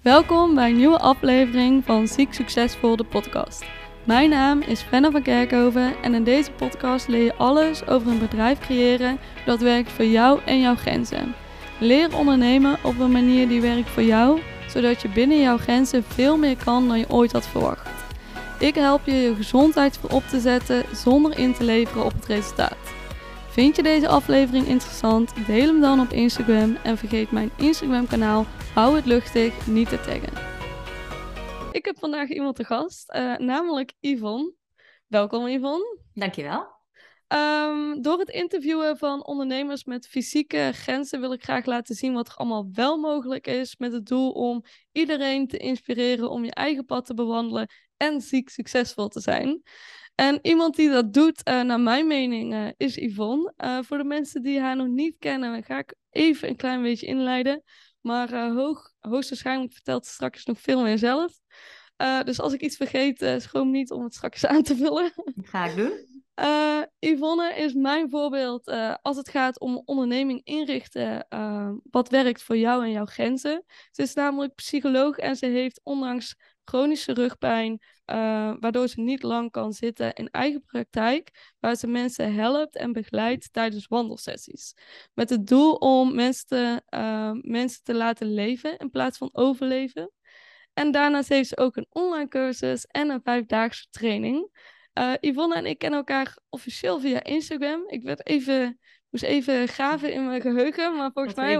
Welkom bij een nieuwe aflevering van Ziek Succesvol, de podcast. Mijn naam is Fenna van Kerkhoven en in deze podcast leer je alles over een bedrijf creëren dat werkt voor jou en jouw grenzen. Leer ondernemen op een manier die werkt voor jou, zodat je binnen jouw grenzen veel meer kan dan je ooit had verwacht. Ik help je je gezondheid voorop te zetten zonder in te leveren op het resultaat. Vind je deze aflevering interessant? Deel hem dan op Instagram en vergeet mijn Instagram kanaal Hou het luchtig niet te taggen. Ik heb vandaag iemand te gast, namelijk Yvonne. Welkom Yvonne. Dankjewel. Door het interviewen van ondernemers met fysieke grenzen wil ik graag laten zien wat er allemaal wel mogelijk is, met het doel om iedereen te inspireren om je eigen pad te bewandelen en ziek succesvol te zijn. En iemand die dat doet, naar mijn mening, is Yvonne. Voor de mensen die haar nog niet kennen, ga ik even een klein beetje inleiden. Maar hoogstwaarschijnlijk vertelt ze straks nog veel meer zelf. Dus als ik iets vergeet, schroom niet om het straks aan te vullen. Dat ga ik doen. Yvonne is mijn voorbeeld als het gaat om onderneming inrichten. Wat werkt voor jou en jouw grenzen. Ze is namelijk psycholoog en ze heeft ondanks chronische rugpijn, waardoor ze niet lang kan zitten in eigen praktijk, waar ze mensen helpt en begeleidt tijdens wandelsessies. Met het doel om mensen te laten leven in plaats van overleven. En daarnaast heeft ze ook een online cursus en een 5-daagse training. Yvonne en ik kennen elkaar officieel via Instagram. Moest even graven in mijn geheugen, maar volgens mij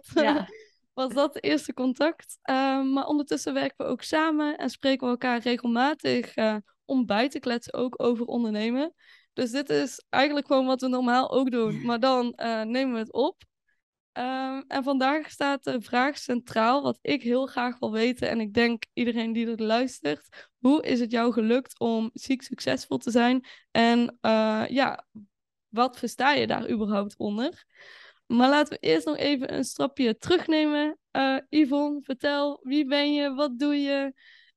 was dat de eerste contact. Maar ondertussen werken we ook samen en spreken we elkaar regelmatig om bij te kletsen ook over ondernemen. Dus dit is eigenlijk gewoon wat we normaal ook doen, maar dan nemen we het op. En vandaag staat de vraag centraal, wat ik heel graag wil weten. En ik denk iedereen die er luistert. Hoe is het jou gelukt om ziek succesvol te zijn? En wat versta je daar überhaupt onder? Maar laten we eerst nog even een stapje terugnemen. Yvonne, vertel, wie ben je? Wat doe je?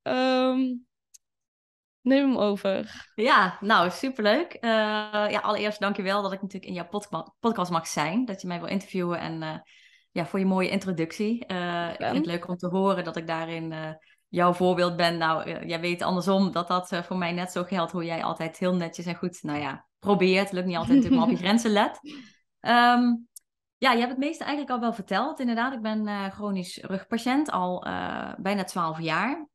Neem hem over. Ja, nou, superleuk. Allereerst dankjewel dat ik natuurlijk in jouw podcast mag zijn. Dat je mij wil interviewen en voor je mooie introductie. Ik vind het leuk om te horen dat ik daarin jouw voorbeeld ben. Nou, jij weet andersom dat voor mij net zo geldt. Hoe jij altijd heel netjes en goed, probeert. Lukt niet altijd natuurlijk, maar op je grenzen let. Je hebt het meeste eigenlijk al wel verteld. Inderdaad, ik ben chronisch rugpatiënt al bijna 12 jaar.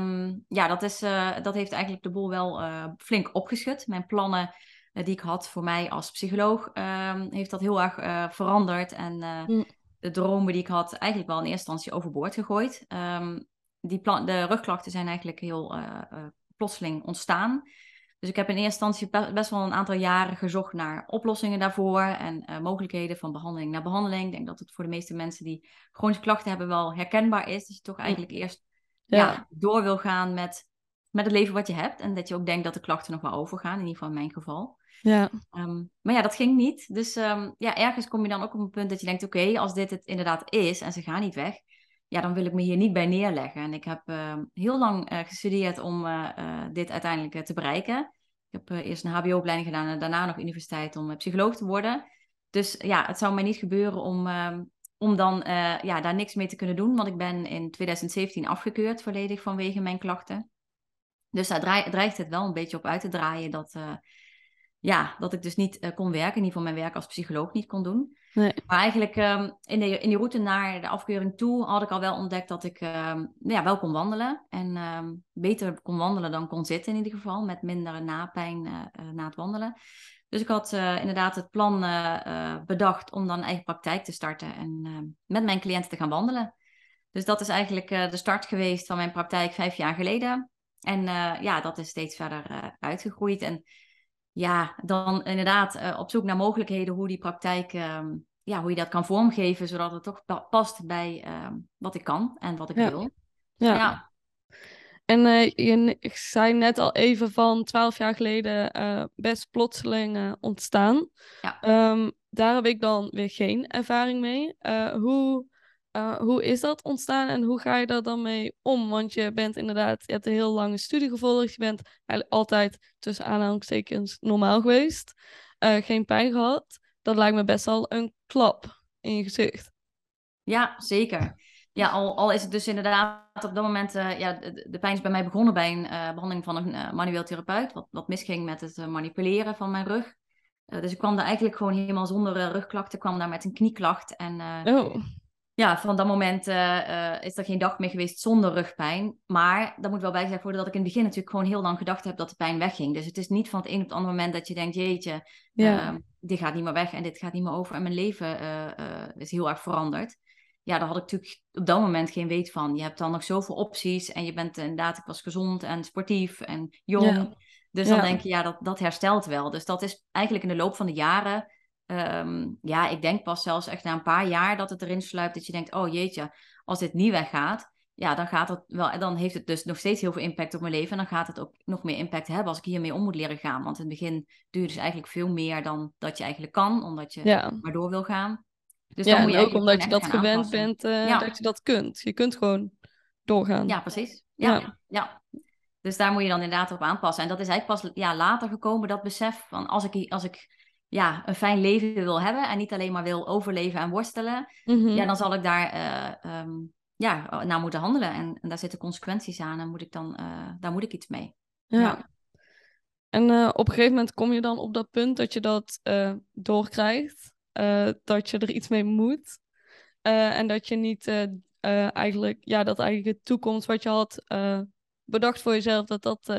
Dat heeft eigenlijk de boel wel flink opgeschud. Mijn plannen die ik had voor mij als psycholoog, heeft dat heel erg veranderd. En de dromen die ik had eigenlijk wel in eerste instantie overboord gegooid. De rugklachten zijn eigenlijk heel plotseling ontstaan. Dus ik heb in eerste instantie best wel een aantal jaren gezocht naar oplossingen daarvoor en mogelijkheden van behandeling naar behandeling. Ik denk dat het voor de meeste mensen die chronische klachten hebben wel herkenbaar is. Dat je toch eigenlijk eerst door wil gaan met het leven wat je hebt. En dat je ook denkt dat de klachten nog wel overgaan, in ieder geval in mijn geval. Ja. Maar dat ging niet. Dus ergens kom je dan ook op een punt dat je denkt, oké, als dit het inderdaad is en ze gaan niet weg, dan wil ik me hier niet bij neerleggen. En ik heb heel lang gestudeerd om dit uiteindelijk te bereiken. Ik heb eerst een HBO-opleiding gedaan en daarna nog universiteit om psycholoog te worden. Dus het zou mij niet gebeuren om dan daar niks mee te kunnen doen. Want ik ben in 2017 afgekeurd volledig vanwege mijn klachten. Dus daar dreigt het wel een beetje op uit te draaien dat ik dus niet kon werken. In ieder geval mijn werk als psycholoog niet kon doen. Nee. Maar eigenlijk in die route naar de afkeuring toe had ik al wel ontdekt dat ik wel kon wandelen. En beter kon wandelen dan kon zitten in ieder geval. Met minder napijn na het wandelen. Dus ik had inderdaad het plan bedacht om dan een eigen praktijk te starten. En met mijn cliënten te gaan wandelen. Dus dat is eigenlijk de start geweest van mijn praktijk 5 jaar geleden. En dat is steeds verder uitgegroeid. En dan inderdaad op zoek naar mogelijkheden hoe die praktijk, hoe je dat kan vormgeven, zodat het toch past bij wat ik kan en wat ik wil. Ja. En je zei net al even van 12 jaar geleden best plotseling ontstaan. Ja. Daar heb ik dan weer geen ervaring mee. Hoe is dat ontstaan en hoe ga je daar dan mee om? Want je hebt een heel lange studie gevolgd. Je bent eigenlijk altijd tussen aanhalingstekens normaal geweest. Geen pijn gehad. Dat lijkt me best wel een klap in je gezicht. Ja, zeker. Ja, al is het dus inderdaad op dat moment... de pijn is bij mij begonnen bij een behandeling van een manueel therapeut. Wat misging met het manipuleren van mijn rug. Dus ik kwam daar eigenlijk gewoon helemaal zonder rugklachten. Kwam daar met een knieklacht. En Oh, ja, van dat moment is er geen dag meer geweest zonder rugpijn. Maar daar moet wel bij gezegd worden dat ik in het begin natuurlijk gewoon heel lang gedacht heb dat de pijn wegging. Dus het is niet van het een op het andere moment dat je denkt, jeetje, ja. dit gaat niet meer weg en dit gaat niet meer over. En mijn leven is heel erg veranderd. Ja, daar had ik natuurlijk op dat moment geen weet van. Je hebt dan nog zoveel opties en je bent inderdaad, ik was gezond en sportief en Ja, jong. Dus dan ja. denk je, ja, dat herstelt wel. Dus dat is eigenlijk in de loop van de jaren... ja, ik denk pas zelfs echt na een paar jaar dat het erin sluipt dat je denkt, oh jeetje, als dit niet weggaat, ja, dan gaat het wel, dan heeft het dus nog steeds heel veel impact op mijn leven en dan gaat het ook nog meer impact hebben als ik hiermee om moet leren gaan. Want in het begin duurt het dus eigenlijk veel meer dan dat je eigenlijk kan, omdat je Ja. maar door wil gaan. Dus dan Ja, moet en je ook eigenlijk omdat gewoon je echt dat gaan gewend aanpassen. bent, dat Ja, je dat kunt. Je kunt gewoon doorgaan. ja, precies. Ja. Ja, ja. Dus daar moet je dan inderdaad op aanpassen. En dat is eigenlijk pas later gekomen, dat besef van als ik ja, een fijn leven wil hebben en niet alleen maar wil overleven en worstelen, ja, Mhm. dan zal ik daar naar moeten handelen. En daar zitten consequenties aan en daar moet ik iets mee. Ja. Ja, En op een gegeven moment kom je dan op dat punt dat je dat doorkrijgt. Dat je er iets mee moet. En dat je niet eigenlijk, ja, dat eigenlijk de toekomst wat je had bedacht voor jezelf, dat dat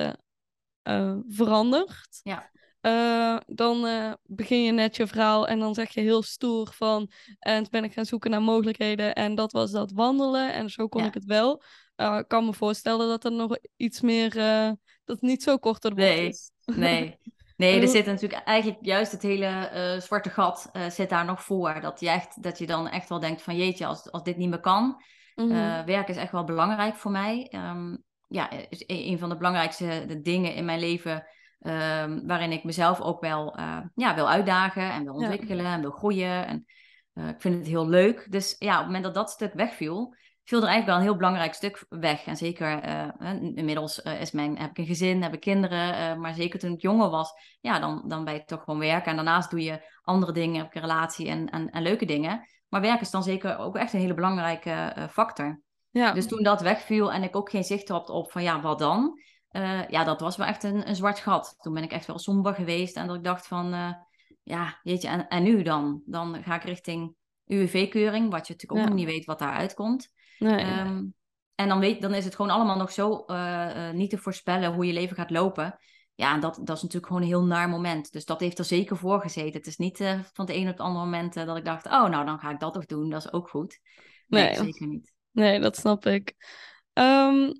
verandert. ja, Dan begin je net je verhaal en dan zeg je heel stoer van... En toen ben ik gaan zoeken naar mogelijkheden en dat was dat wandelen en zo kon ik ja. het wel. Ik kan me voorstellen dat er nog iets meer... dat het niet zo kort door de bocht Nee, is. nee. Nee, er zit natuurlijk eigenlijk juist het hele zwarte gat zit daar nog voor. Dat je dan echt wel denkt van jeetje, als dit niet meer kan. Mhm. Werk is echt wel belangrijk voor mij. Ja, is een van de belangrijkste dingen in mijn leven. Waarin ik mezelf ook wel wil uitdagen en wil Ja, ontwikkelen en wil groeien. En ik vind het heel leuk. Dus ja, op het moment dat dat stuk wegviel, viel er eigenlijk wel een heel belangrijk stuk weg. En zeker inmiddels heb ik een gezin, heb ik kinderen. Maar zeker toen ik jonger was, ja, dan ben je toch gewoon werken. En daarnaast doe je andere dingen, heb ik een relatie en leuke dingen. Maar werk is dan zeker ook echt een hele belangrijke factor. ja, Dus toen dat wegviel en ik ook geen zicht had op van ja, wat dan? Ja, dat was wel echt een zwart gat. Toen ben ik echt wel somber geweest en dat ik dacht van, ja, jeetje, en nu dan? Dan ga ik richting UWV-keuring, wat je natuurlijk ook ja, nog niet weet wat daaruit komt. nee, Ehm, en dan is het gewoon allemaal nog zo niet te voorspellen hoe je leven gaat lopen. Ja, en dat is natuurlijk gewoon een heel naar moment. Dus dat heeft er zeker voor gezeten. Het is niet van het een op het andere moment dat ik dacht, oh, nou dan ga ik dat ook doen. Dat is ook goed. Nee, nee, zeker niet. nee, dat snap ik. Ehm,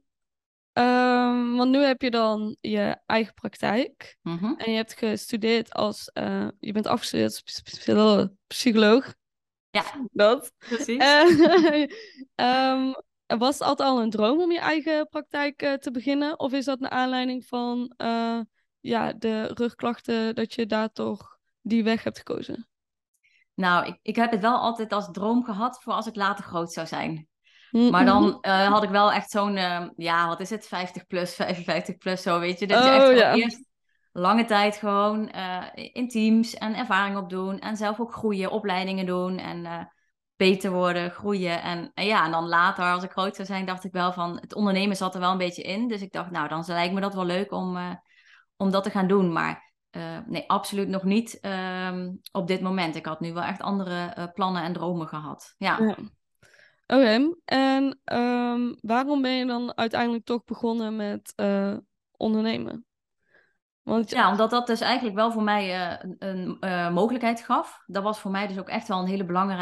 want nu heb je dan je eigen praktijk. Mhm. En je hebt gestudeerd als... je bent afgestudeerd als psycholoog. Ja, Dat. precies. Eh, ehm, was het altijd al een droom om je eigen praktijk te beginnen? Of is dat naar aanleiding van ja, de rugklachten dat je daar toch die weg hebt gekozen? Nou, ik heb het wel altijd als droom gehad voor als ik later groot zou zijn. Maar Mhm. dan had ik wel echt zo'n, ja, wat is het, 50 plus, 55 plus, zo weet je. Dat je echt Oh gewoon ja. eerst lange tijd gewoon in teams en ervaring opdoen. En zelf ook groeien, opleidingen doen en beter worden, groeien. En ja, en dan later, als ik groot zou zijn, dacht ik wel van, het ondernemen zat er wel een beetje in. Dus ik dacht, nou, dan lijkt me dat wel leuk om dat te gaan doen. Maar nee, absoluut nog niet op dit moment. Ik had nu wel echt andere plannen en dromen gehad. Ja. Ja. Oké. En waarom ben je dan uiteindelijk toch begonnen met ondernemen? Want Ja, omdat dat dus eigenlijk wel voor mij een mogelijkheid gaf. Dat was voor mij dus ook echt wel een hele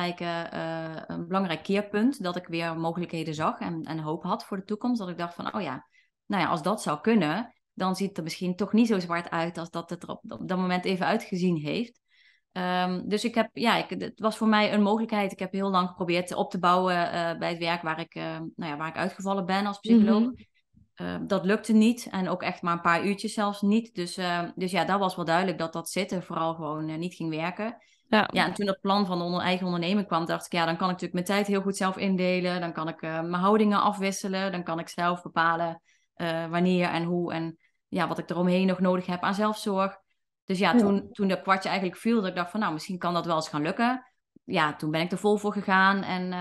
een belangrijk keerpunt. Dat ik weer mogelijkheden zag en hoop had voor de toekomst. Dat ik dacht van, oh ja, nou ja, als dat zou kunnen, dan ziet het er misschien toch niet zo zwart uit als dat het er op dat moment even uitgezien heeft. Dus het was voor mij een mogelijkheid. Ik heb heel lang geprobeerd op te bouwen bij het werk waar ik uitgevallen ben als psycholoog. mhm. Dat lukte niet en ook echt maar een paar uurtjes zelfs niet. Dus ja, dat was wel duidelijk dat dat zitten vooral gewoon niet ging werken. Ja, Ja, en toen dat plan van de eigen onderneming kwam, dacht ik, ja, dan kan ik natuurlijk mijn tijd heel goed zelf indelen. Dan kan ik mijn houdingen afwisselen. Dan kan ik zelf bepalen wanneer en hoe en ja, wat ik eromheen nog nodig heb aan zelfzorg. Dus ja, ja, toen dat kwartje eigenlijk viel, dat ik dacht van, nou, misschien kan dat wel eens gaan lukken. toen ben ik er vol voor gegaan.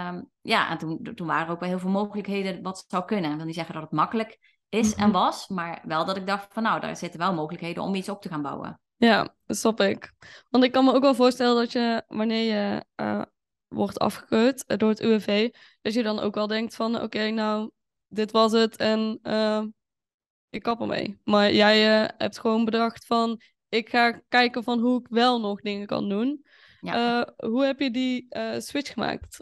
En toen waren er ook wel heel veel mogelijkheden wat zou kunnen. Ik wil niet zeggen dat het makkelijk is en was, maar wel dat ik dacht van nou, daar zitten wel mogelijkheden om iets op te gaan bouwen. Ja, dat snap ik. Want ik kan me ook wel voorstellen dat je, wanneer je wordt afgekeurd door het UWV, dat je dan ook wel denkt van, oké, nou, dit was het en ik kap ermee. Maar jij hebt gewoon bedacht van, ik ga kijken van hoe ik wel nog dingen kan doen. Ja. Hoe heb je die switch gemaakt?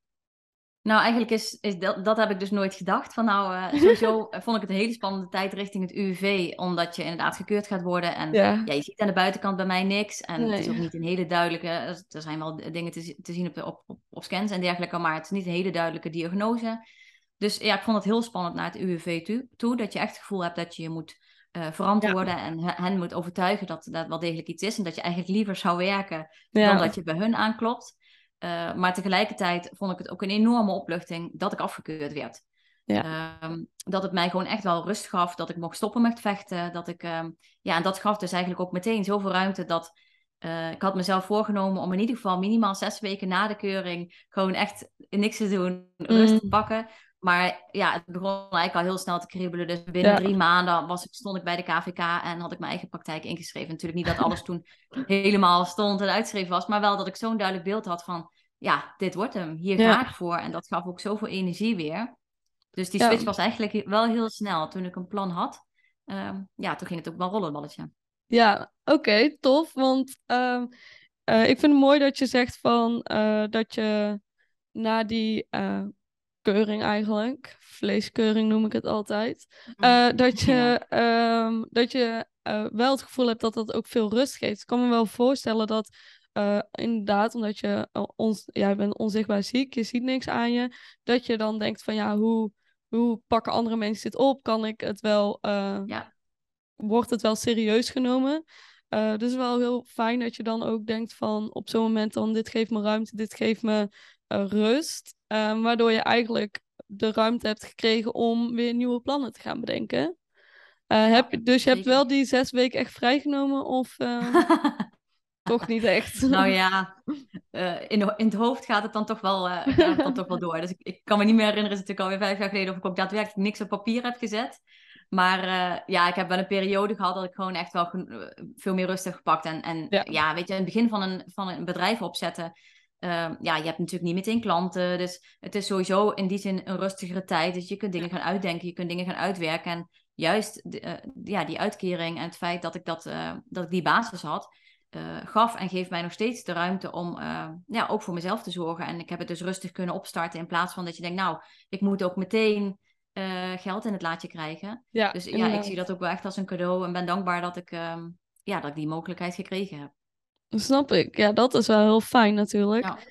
Nou, eigenlijk is dat heb ik dus nooit gedacht. Van nou, sowieso vond ik het een hele spannende tijd richting het UWV, omdat je inderdaad gekeurd gaat worden. En Ja, ja, je ziet aan de buitenkant bij mij niks. En het is ook nee. niet een hele duidelijke. Er zijn wel dingen te zien op scans en dergelijke, maar het is niet een hele duidelijke diagnose. Dus ja, ik vond het heel spannend naar het UWV toe, dat je echt het gevoel hebt dat je je moet Ja, verantwoorden en hen moet overtuigen dat dat wel degelijk iets is. En dat je eigenlijk liever zou werken dan ja, dat je bij hun aanklopt. Maar tegelijkertijd vond ik het ook een enorme opluchting dat ik afgekeurd werd. ja, Dat het mij gewoon echt wel rust gaf, dat ik mocht stoppen met vechten. En dat gaf dus eigenlijk ook meteen zoveel ruimte dat ik had mezelf voorgenomen om in ieder geval minimaal 6 weken na de keuring gewoon echt niks te doen, rust te mm, pakken. Maar ja, het begon eigenlijk al heel snel te kriebelen. Dus binnen ja, 3 maanden stond ik bij de KVK en had ik mijn eigen praktijk ingeschreven. Natuurlijk niet dat alles toen helemaal stond en uitgeschreven was, maar wel dat ik zo'n duidelijk beeld had van, ja, dit wordt hem, hier ja, ga ik voor. En dat gaf ook zoveel energie weer. Dus die ja. switch was eigenlijk wel heel snel. Toen ik een plan had, toen ging het ook wel rollen, balletje. Ja, oké, tof. Want ik vind het mooi dat je zegt van dat je na die keuring eigenlijk, vleeskeuring noem ik het altijd, Ja, dat je wel het gevoel hebt dat dat ook veel rust geeft. Ik kan me wel voorstellen dat inderdaad, omdat jij bent onzichtbaar ziek, je ziet niks aan je, dat je dan denkt van ja, hoe pakken andere mensen dit op? Kan ik het wel ja, wordt het wel serieus genomen. Dus wel heel fijn dat je dan ook denkt van op zo'n moment dan dit geeft me ruimte, dit geeft me rust. Waardoor je eigenlijk de ruimte hebt gekregen om weer nieuwe plannen te gaan bedenken. ja, Dus je hebt zeker. wel die 6 weken echt vrijgenomen of toch niet echt? Nou ja, in het hoofd gaat het dan toch wel door. Dus ik kan me niet meer herinneren, het is natuurlijk alweer 5 jaar geleden, of ik ook daadwerkelijk niks op papier heb gezet. Maar ik heb wel een periode gehad dat ik gewoon echt wel veel meer rust heb gepakt. En Ja, ja, weet je, in het begin van een bedrijf opzetten, je hebt natuurlijk niet meteen klanten. Dus het is sowieso in die zin een rustigere tijd. Dus je kunt dingen gaan uitdenken, je kunt dingen gaan uitwerken. En juist die uitkering en het feit dat ik die basis had, gaf en geeft mij nog steeds de ruimte om ook voor mezelf te zorgen. En ik heb het dus rustig kunnen opstarten in plaats van dat je denkt, nou, ik moet ook meteen geld in het laadje krijgen. ja, Dus ja, ik zie inderdaad. dat ook wel echt als een cadeau en ben dankbaar dat ik die mogelijkheid gekregen heb. Dat snap ik. Ja, dat is wel heel fijn natuurlijk. Ja.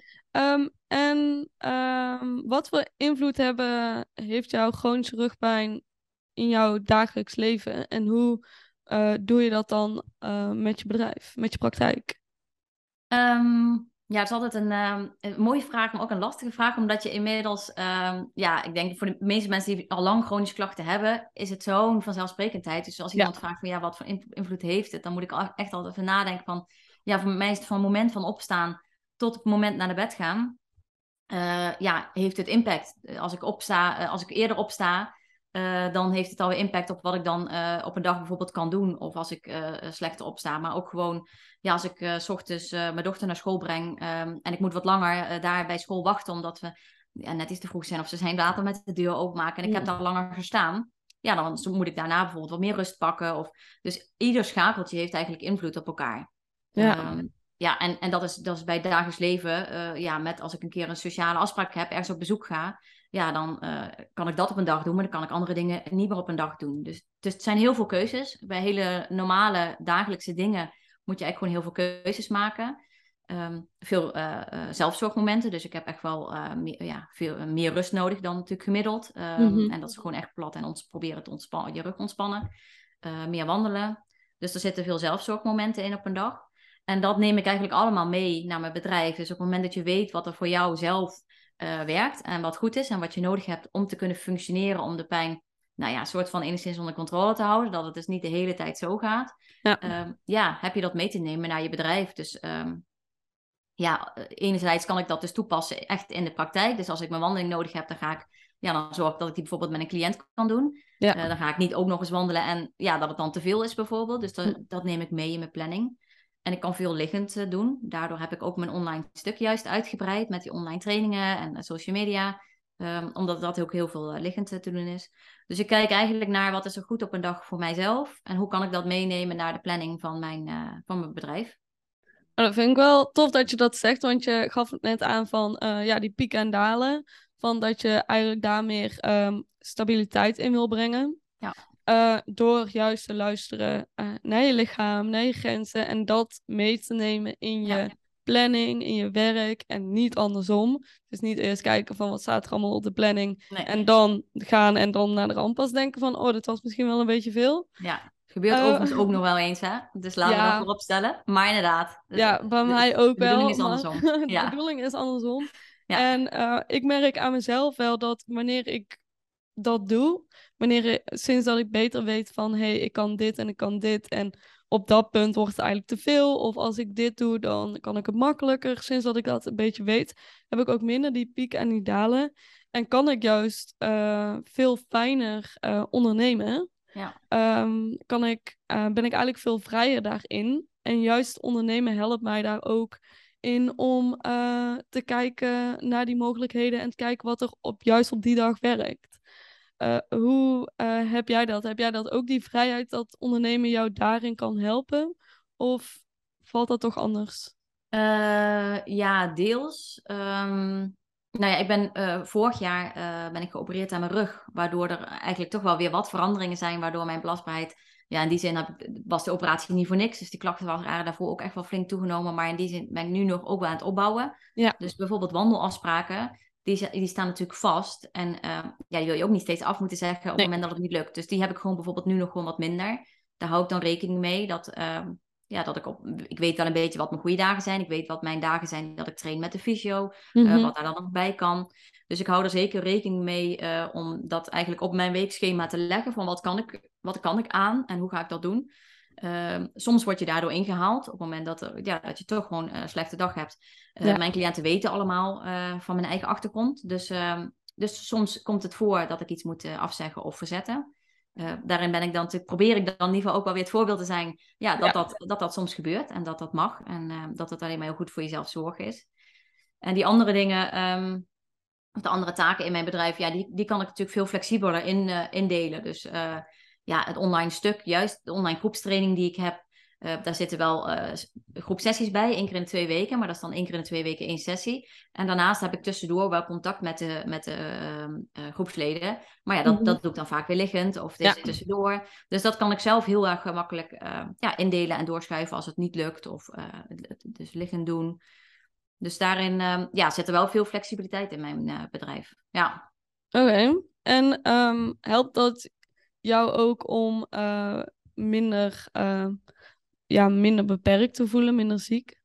Wat voor invloed heeft jouw chronische rugpijn in jouw dagelijks leven? En hoe doe je dat dan met je bedrijf, met je praktijk? Ja, het is altijd een mooie vraag, maar ook een lastige vraag, omdat je inmiddels, ik denk voor de meeste mensen die al lang chronische klachten hebben, is het zo'n vanzelfsprekendheid. Dus als Ja, iemand vraagt van ja, wat voor invloed heeft het, dan moet ik echt altijd even nadenken van, ja, voor mij is het van het moment van opstaan tot het moment naar de bed gaan, heeft het impact. Als ik eerder opsta, dan heeft het alweer impact op wat ik dan op een dag bijvoorbeeld kan doen. Of als ik slechter opsta. Maar ook gewoon, ja, als ik 's ochtends mijn dochter naar school breng en ik moet wat langer daar bij school wachten, omdat we net iets te vroeg zijn of ze zijn later met de deur openmaken en ik heb mm, daar langer gestaan. Ja, dan moet ik daarna bijvoorbeeld wat meer rust pakken. Dus ieder schakeltje heeft eigenlijk invloed op elkaar. ja, En dat is bij het dagelijks leven, met als ik een keer een sociale afspraak heb, ergens op bezoek ga, ja, dan kan ik dat op een dag doen, maar dan kan ik andere dingen niet meer op een dag doen. Dus het zijn heel veel keuzes. Bij hele normale dagelijkse dingen moet je eigenlijk gewoon heel veel keuzes maken. Veel zelfzorgmomenten, dus ik heb echt wel veel meer rust nodig dan natuurlijk gemiddeld. mhm, En dat is gewoon echt plat en proberen te ontspannen, je rug ontspannen. Meer wandelen. Dus er zitten veel zelfzorgmomenten in op een dag. En dat neem ik eigenlijk allemaal mee naar mijn bedrijf. Dus op het moment dat je weet wat er voor jou zelf werkt en wat goed is en wat je nodig hebt om te kunnen functioneren, om de pijn, nou ja, een soort van enigszins onder controle te houden, dat het dus niet de hele tijd zo gaat, ja, heb je dat mee te nemen naar je bedrijf. Dus enerzijds kan ik dat dus toepassen echt in de praktijk. Dus als ik mijn wandeling nodig heb, dan zorg ik dat ik die bijvoorbeeld met een cliënt kan doen. Ja. Dan ga ik niet ook nog eens wandelen en dat het dan te veel is bijvoorbeeld. Dus dat neem ik mee in mijn planning. En ik kan veel liggend doen. Daardoor heb ik ook mijn online stuk juist uitgebreid met die online trainingen en social media. Omdat dat ook heel veel liggend te doen is. Dus ik kijk eigenlijk naar wat is er goed op een dag voor mijzelf. En hoe kan ik dat meenemen naar de planning van mijn bedrijf. Dat vind ik wel tof dat je dat zegt, want je gaf het net aan van die pieken en dalen. Van dat je eigenlijk daar meer stabiliteit in wil brengen. Ja. Door juist te luisteren naar je lichaam, naar je grenzen. En dat mee te nemen in je planning, in je werk en niet andersom. Dus niet eerst kijken van wat staat er allemaal op de planning. Nee. En dan gaan en dan naar de randpas denken van oh, dit was misschien wel een beetje veel. Ja. Gebeurt overigens ook nog wel eens, hè? Dus laten we dat voorop stellen. Maar inderdaad. Ja, bij mij ook wel. De bedoeling is andersom. De bedoeling is andersom. Ja. En ik merk aan mezelf wel dat wanneer ik dat doe, sinds dat ik beter weet van hey, ik kan dit en ik kan dit en op dat punt wordt het eigenlijk te veel. Of als ik dit doe, dan kan ik het makkelijker. Sinds dat ik dat een beetje weet, heb ik ook minder die pieken en die dalen. En kan ik juist veel fijner ondernemen. Ja. Ben ik eigenlijk veel vrijer daarin. En juist ondernemen helpt mij daar ook in om te kijken naar die mogelijkheden en te kijken wat er juist op die dag werkt. Hoe heb jij dat? Heb jij dat ook, die vrijheid dat ondernemen jou daarin kan helpen? Of valt dat toch anders? Ja, deels. Ik ben vorig jaar ben ik geopereerd aan mijn rug, waardoor er eigenlijk toch wel weer wat veranderingen zijn, waardoor mijn belastbaarheid, in die zin was de operatie niet voor niks, dus die klachten waren daarvoor ook echt wel flink toegenomen, maar in die zin ben ik nu nog ook wel aan het opbouwen. Ja. Dus bijvoorbeeld wandelafspraken, die staan natuurlijk vast en die wil je ook niet steeds af moeten zeggen op het moment dat het niet lukt. Dus die heb ik gewoon bijvoorbeeld nu nog gewoon wat minder. Daar hou ik dan rekening mee dat... dat ik weet wel een beetje wat mijn goede dagen zijn. Ik weet wat mijn dagen zijn dat ik train met de fysio. Wat daar dan nog bij kan. Dus ik hou er zeker rekening mee om dat eigenlijk op mijn weekschema te leggen. Van wat kan ik aan en hoe ga ik dat doen. Soms word je daardoor ingehaald. Op het moment dat je toch gewoon een slechte dag hebt. Mijn cliënten weten allemaal van mijn eigen achtergrond. Dus soms komt het voor dat ik iets moet afzeggen of verzetten. Daarin probeer ik dan in ieder geval ook wel weer het voorbeeld te zijn, dat soms gebeurt en dat mag en dat het alleen maar heel goed voor jezelf zorgen is. En die andere dingen, of de andere taken in mijn bedrijf, die kan ik natuurlijk veel flexibeler indelen. Dus het online stuk, juist de online groepstraining die ik heb, daar zitten wel groepsessies bij, 1 keer in de 2 weken, maar dat is dan 1 keer in de 2 weken 1 sessie. En daarnaast heb ik tussendoor wel contact met de groepsleden. Maar dat doe ik dan vaak weer liggend of tussendoor. Dus dat kan ik zelf heel erg gemakkelijk indelen en doorschuiven als het niet lukt of dus liggend doen. Dus daarin zit er wel veel flexibiliteit in mijn bedrijf. Ja. Oké. En helpt dat jou ook om minder beperkt te voelen, minder ziek?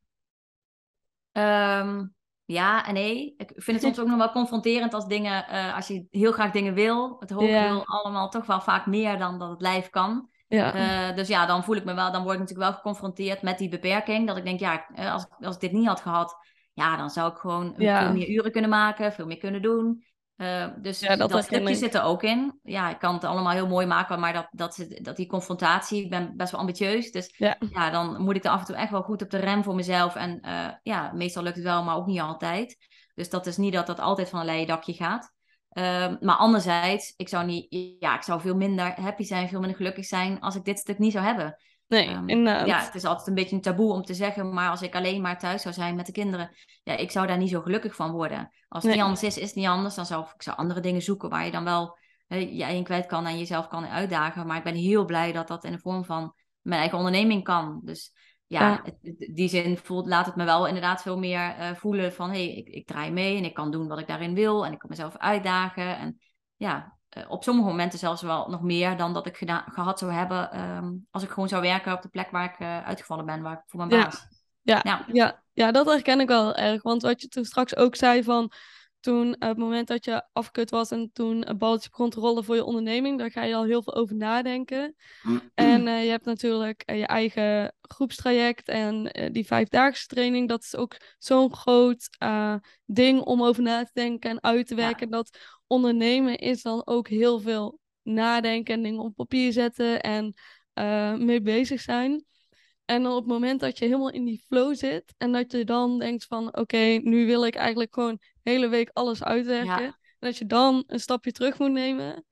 Ja en nee. Ik vind het soms ook nog wel confronterend als dingen, als je heel graag dingen wil. Het hoofd wil allemaal toch wel vaak meer dan dat het lijf kan. Ja. Dus dan voel ik me wel, dan word ik natuurlijk wel geconfronteerd met die beperking. Dat ik denk, als ik dit niet had gehad, dan zou ik gewoon veel meer uren kunnen maken, veel meer kunnen doen. Dus dat stukje zit er ook in. Ja, ik kan het allemaal heel mooi maken, maar dat die confrontatie, ik ben best wel ambitieus. Dus dan moet ik er af en toe echt wel goed op de rem voor mezelf. En meestal lukt het wel, maar ook niet altijd. Dus dat is niet dat dat altijd van een leien dakje gaat. Maar anderzijds, ik zou veel minder happy zijn, veel minder gelukkig zijn als ik dit stuk niet zou hebben. Nee, inderdaad. Het is altijd een beetje een taboe om te zeggen, maar als ik alleen maar thuis zou zijn met de kinderen, ik zou daar niet zo gelukkig van worden. Als het niet anders is het niet anders. Dan zou ik andere dingen zoeken waar je dan wel je in kwijt kan en jezelf kan uitdagen. Maar ik ben heel blij dat dat in de vorm van mijn eigen onderneming kan. Dus die zin laat het me wel inderdaad veel meer voelen van ik draai mee en ik kan doen wat ik daarin wil en ik kan mezelf uitdagen. En op sommige momenten zelfs wel nog meer dan dat ik gehad zou hebben als ik gewoon zou werken op de plek waar ik uitgevallen ben, waar ik voor mijn baas. Ja, dat herken ik wel erg. Want wat je toen straks ook zei van toen, op het moment dat je afgekut was en toen een balletje controle voor je onderneming, daar ga je al heel veel over nadenken. En je hebt natuurlijk je eigen groepstraject en die 5-daagse training. Dat is ook zo'n groot ding om over na te denken en uit te werken. Ja, Dat ondernemen is dan ook heel veel nadenken en dingen op papier zetten en mee bezig zijn. En dan op het moment dat je helemaal in die flow zit en dat je dan denkt van oké, nu wil ik eigenlijk gewoon de hele week alles uitwerken. En ja, dat je dan een stapje terug moet nemen,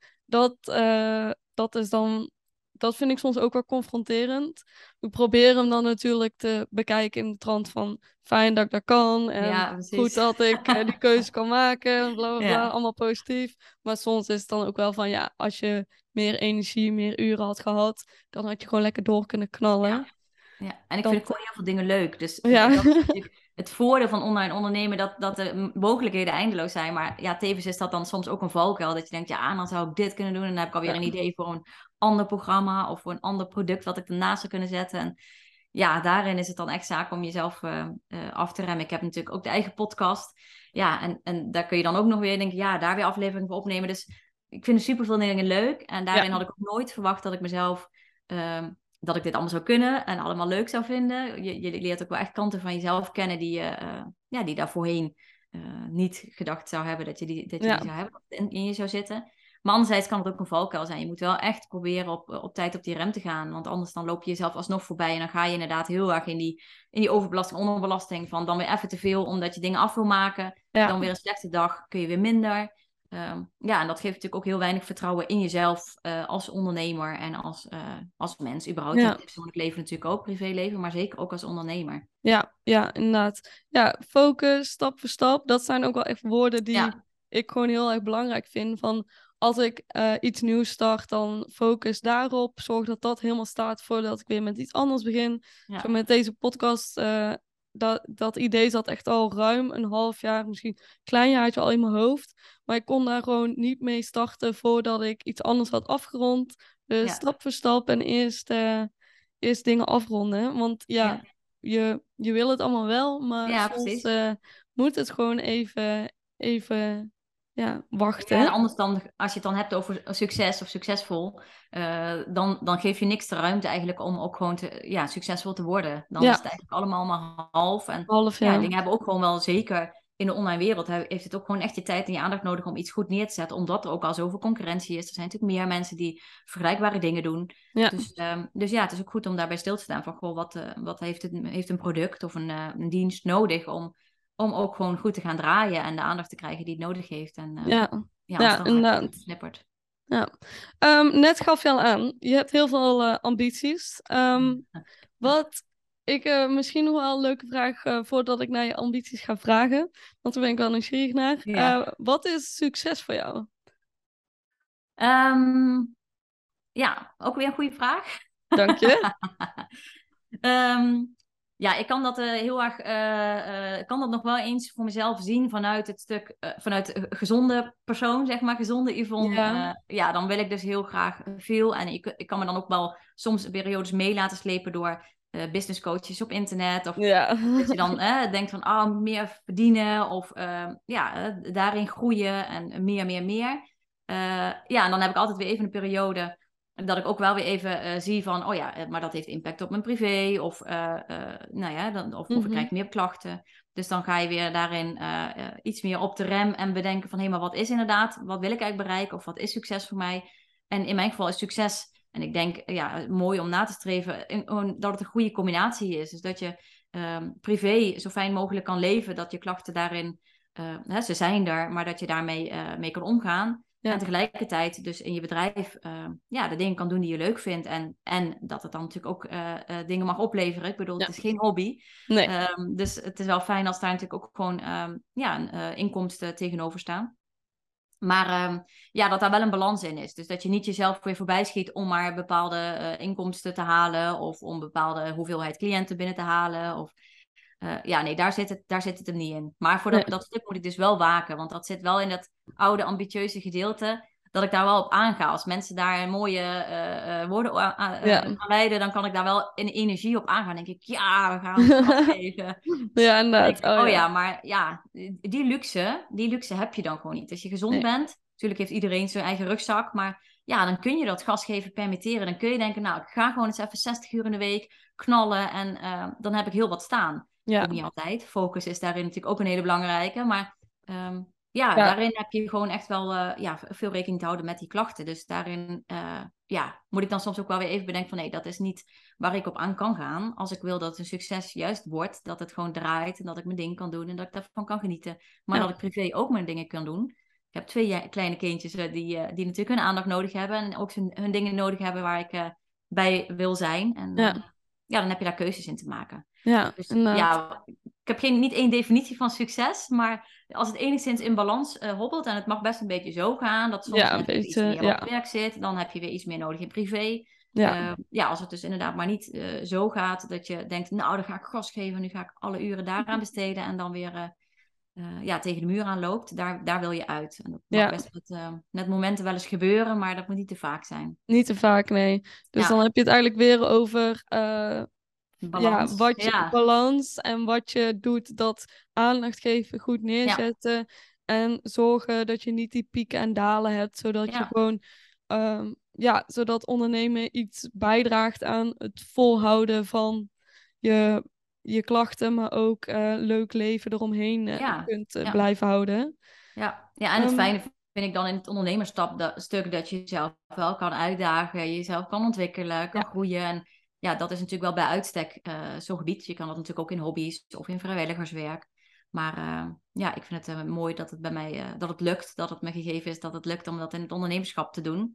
dat is dan, dat vind ik soms ook wel confronterend. We proberen hem dan natuurlijk te bekijken in de trant van fijn dat ik dat kan en ja, goed precies. dat ik die keuze kan maken, bla bla bla, Ja, allemaal positief. Maar soms is het dan ook wel van ja, als je meer energie, meer uren had gehad, dan had je gewoon lekker door kunnen knallen. ja. Ja, en ik vind ook Dat, gewoon heel veel dingen leuk. Dus ja. dat is natuurlijk het voordeel van online ondernemen, dat de mogelijkheden eindeloos zijn. Maar ja, tevens is dat dan soms ook een valkuil. Dat je denkt, ja, dan zou ik dit kunnen doen. En dan heb ik alweer een Ja. idee voor een ander programma of voor een ander product wat ik ernaast zou kunnen zetten. En ja, daarin is het dan echt zaak om jezelf af te remmen. Ik heb natuurlijk ook de eigen podcast. Ja, en daar kun je dan ook nog weer denken, ja, daar weer afleveringen voor opnemen. Dus ik vind er super veel dingen leuk. En Ja. daarin had ik ook nooit verwacht dat ik mezelf... dat ik dit allemaal zou kunnen en allemaal leuk zou vinden. Je leert ook wel echt kanten van jezelf kennen die je die daar voorheen niet gedacht zou hebben dat je die Ja. zou hebben, dat in je zou zitten. Maar anderzijds kan het ook een valkuil zijn. Je moet wel echt proberen op tijd op die rem te gaan. Want anders dan loop je jezelf alsnog voorbij. En dan ga je inderdaad heel erg in die overbelasting, onderbelasting. Van dan weer even te veel omdat je dingen af wil maken. Ja. Dan weer een slechte dag kun je weer minder. Ja, en dat geeft natuurlijk ook heel weinig vertrouwen in jezelf als ondernemer en als mens überhaupt. In Ja. het persoonlijk leven natuurlijk ook, privéleven, maar zeker ook als ondernemer. Ja, ja, inderdaad. Ja, focus, stap voor stap. Dat zijn ook wel echt woorden die Ja, ik gewoon heel erg belangrijk vind. Van als ik iets nieuws start, dan focus daarop. Zorg dat dat helemaal staat voordat ik weer met iets anders begin. Zo ja, met deze podcast, dat idee zat echt al ruim een half jaar, misschien een klein jaartje al in mijn hoofd. Maar ik kon daar gewoon niet mee starten voordat ik iets anders had afgerond. Dus ja, stap voor stap en eerst dingen afronden. Want ja, ja. je wil het allemaal wel, maar Ja, soms precies. moet het gewoon even ja, Ja, en wachten. anders dan, als je het dan hebt over succes of succesvol, dan geef je niks de ruimte eigenlijk om ook gewoon succesvol te worden. Dan is Ja, het eigenlijk allemaal maar half. En half ja, jaar. dingen hebben ook gewoon wel zeker in de online wereld, heeft het ook gewoon echt je tijd en je aandacht nodig om iets goed neer te zetten, omdat er ook al zoveel concurrentie is. Er zijn natuurlijk meer mensen die vergelijkbare dingen doen. Ja, Dus ja, het is ook goed om daarbij stil te staan van, goh, wat heeft een product of een dienst nodig om ook gewoon goed te gaan draaien en de aandacht te krijgen die het nodig heeft. En ja, ja, anders ja, dan raak je inderdaad. versnipperd. Ja. Net gaf je al aan, je hebt heel veel ambities. Wat ik misschien nog wel een leuke vraag voordat ik naar je ambities ga vragen, want daar ben ik wel nieuwsgierig naar. Ja. Wat is succes voor jou? Ehm, ja, ook weer een goede vraag. Dank je. Ehm, ja, ik kan dat heel erg, ik kan dat nog wel eens voor mezelf zien vanuit het stuk, vanuit de gezonde persoon, zeg maar, gezonde Yvonne. Ja, Ja, dan wil ik dus heel graag veel. En ik kan me dan ook wel soms periodes mee laten slepen door business coaches op internet. Of ja, dat je dan denkt van, meer verdienen of daarin groeien en meer. Ja, en dan heb ik altijd weer even een periode dat ik ook wel weer even zie van, oh ja, maar dat heeft impact op mijn privé. Of, nou ja, of ik Mhm. krijg meer klachten. Dus dan ga je weer daarin iets meer op de rem en bedenken van, hé, maar wat is inderdaad, wat wil ik eigenlijk bereiken? Of wat is succes voor mij? En in mijn geval is succes, en ik denk, ja, mooi om na te streven, dat het een goede combinatie is. Dus dat je privé zo fijn mogelijk kan leven, dat je klachten daarin, ze zijn er, maar dat je daarmee mee kan omgaan. En Ja, tegelijkertijd dus in je bedrijf de dingen kan doen die je leuk vindt. En dat het dan natuurlijk ook dingen mag opleveren. Ik bedoel, ja, het is geen hobby. nee, Dus het is wel fijn als daar natuurlijk ook gewoon inkomsten tegenover staan. Maar dat daar wel een balans in is. Dus dat je niet jezelf weer voorbij schiet om maar bepaalde inkomsten te halen. Of om bepaalde hoeveelheid cliënten binnen te halen. Of nee, daar zit het hem niet in. Maar voor nee, dat stuk moet ik dus wel waken. Want dat zit wel in dat oude ambitieuze gedeelte. dat ik daar wel op aanga. Als mensen daar mooie woorden Ja. aan wijden, dan kan ik daar wel in energie op aangaan. Dan denk ik, ja, we gaan het gas geven. Ja, Dan denk inderdaad. ik, Oh oh ja, ja. maar ja, die luxe heb je dan gewoon niet. Als je gezond Nee. bent, natuurlijk heeft iedereen zijn eigen rugzak, maar ja, dan kun je dat gas geven permitteren. Dan kun je denken, nou, ik ga gewoon eens even 60 uur in de week knallen en dan heb ik heel wat staan. Ja. Ook niet altijd. Focus is daarin natuurlijk ook een hele belangrijke, maar ja, Ja. daarin heb je gewoon echt wel veel rekening te houden met die klachten. Dus daarin moet ik dan soms ook wel weer even bedenken van nee, dat is niet waar ik op aan kan gaan. Als ik wil dat het een succes juist wordt, dat het gewoon draait en dat ik mijn ding kan doen en dat ik daarvan kan genieten. Maar Ja. dat ik privé ook mijn dingen kan doen. Ik heb 2 kleine kindjes die natuurlijk hun aandacht nodig hebben en ook hun dingen nodig hebben waar ik bij wil zijn. En dan heb je daar keuzes in te maken. Ja, Dus inderdaad. ja, ik heb niet één definitie van succes, maar als het enigszins in balans hobbelt en het mag best een beetje zo gaan, dat soms Ja, een net iets beetje, meer op het werk zit, dan heb je weer iets meer nodig in privé. ja. Als het dus inderdaad maar niet zo gaat, dat je denkt, nou, dan ga ik gas geven, nu ga ik alle uren daaraan besteden en dan weer tegen de muur aan loopt, daar wil je uit. En dat mag best met momenten wel eens gebeuren, maar dat moet niet te vaak zijn. Niet te vaak, nee. Dus dan heb je het eigenlijk weer over Balans. balans en wat je doet, dat aandacht geven, goed neerzetten en zorgen dat je niet die pieken en dalen hebt, zodat je gewoon zodat ondernemen iets bijdraagt aan het volhouden van je klachten, maar ook leuk leven eromheen kunt blijven houden. Ja, en het fijne vind ik dan in het ondernemersstuk dat je jezelf wel kan uitdagen, jezelf kan ontwikkelen, kan groeien. En ja, dat is natuurlijk wel bij uitstek zo'n gebied. Je kan dat natuurlijk ook in hobby's of in vrijwilligerswerk. Maar ik vind het mooi dat het bij mij dat het lukt, dat het me gegeven is dat het lukt om dat in het ondernemerschap te doen.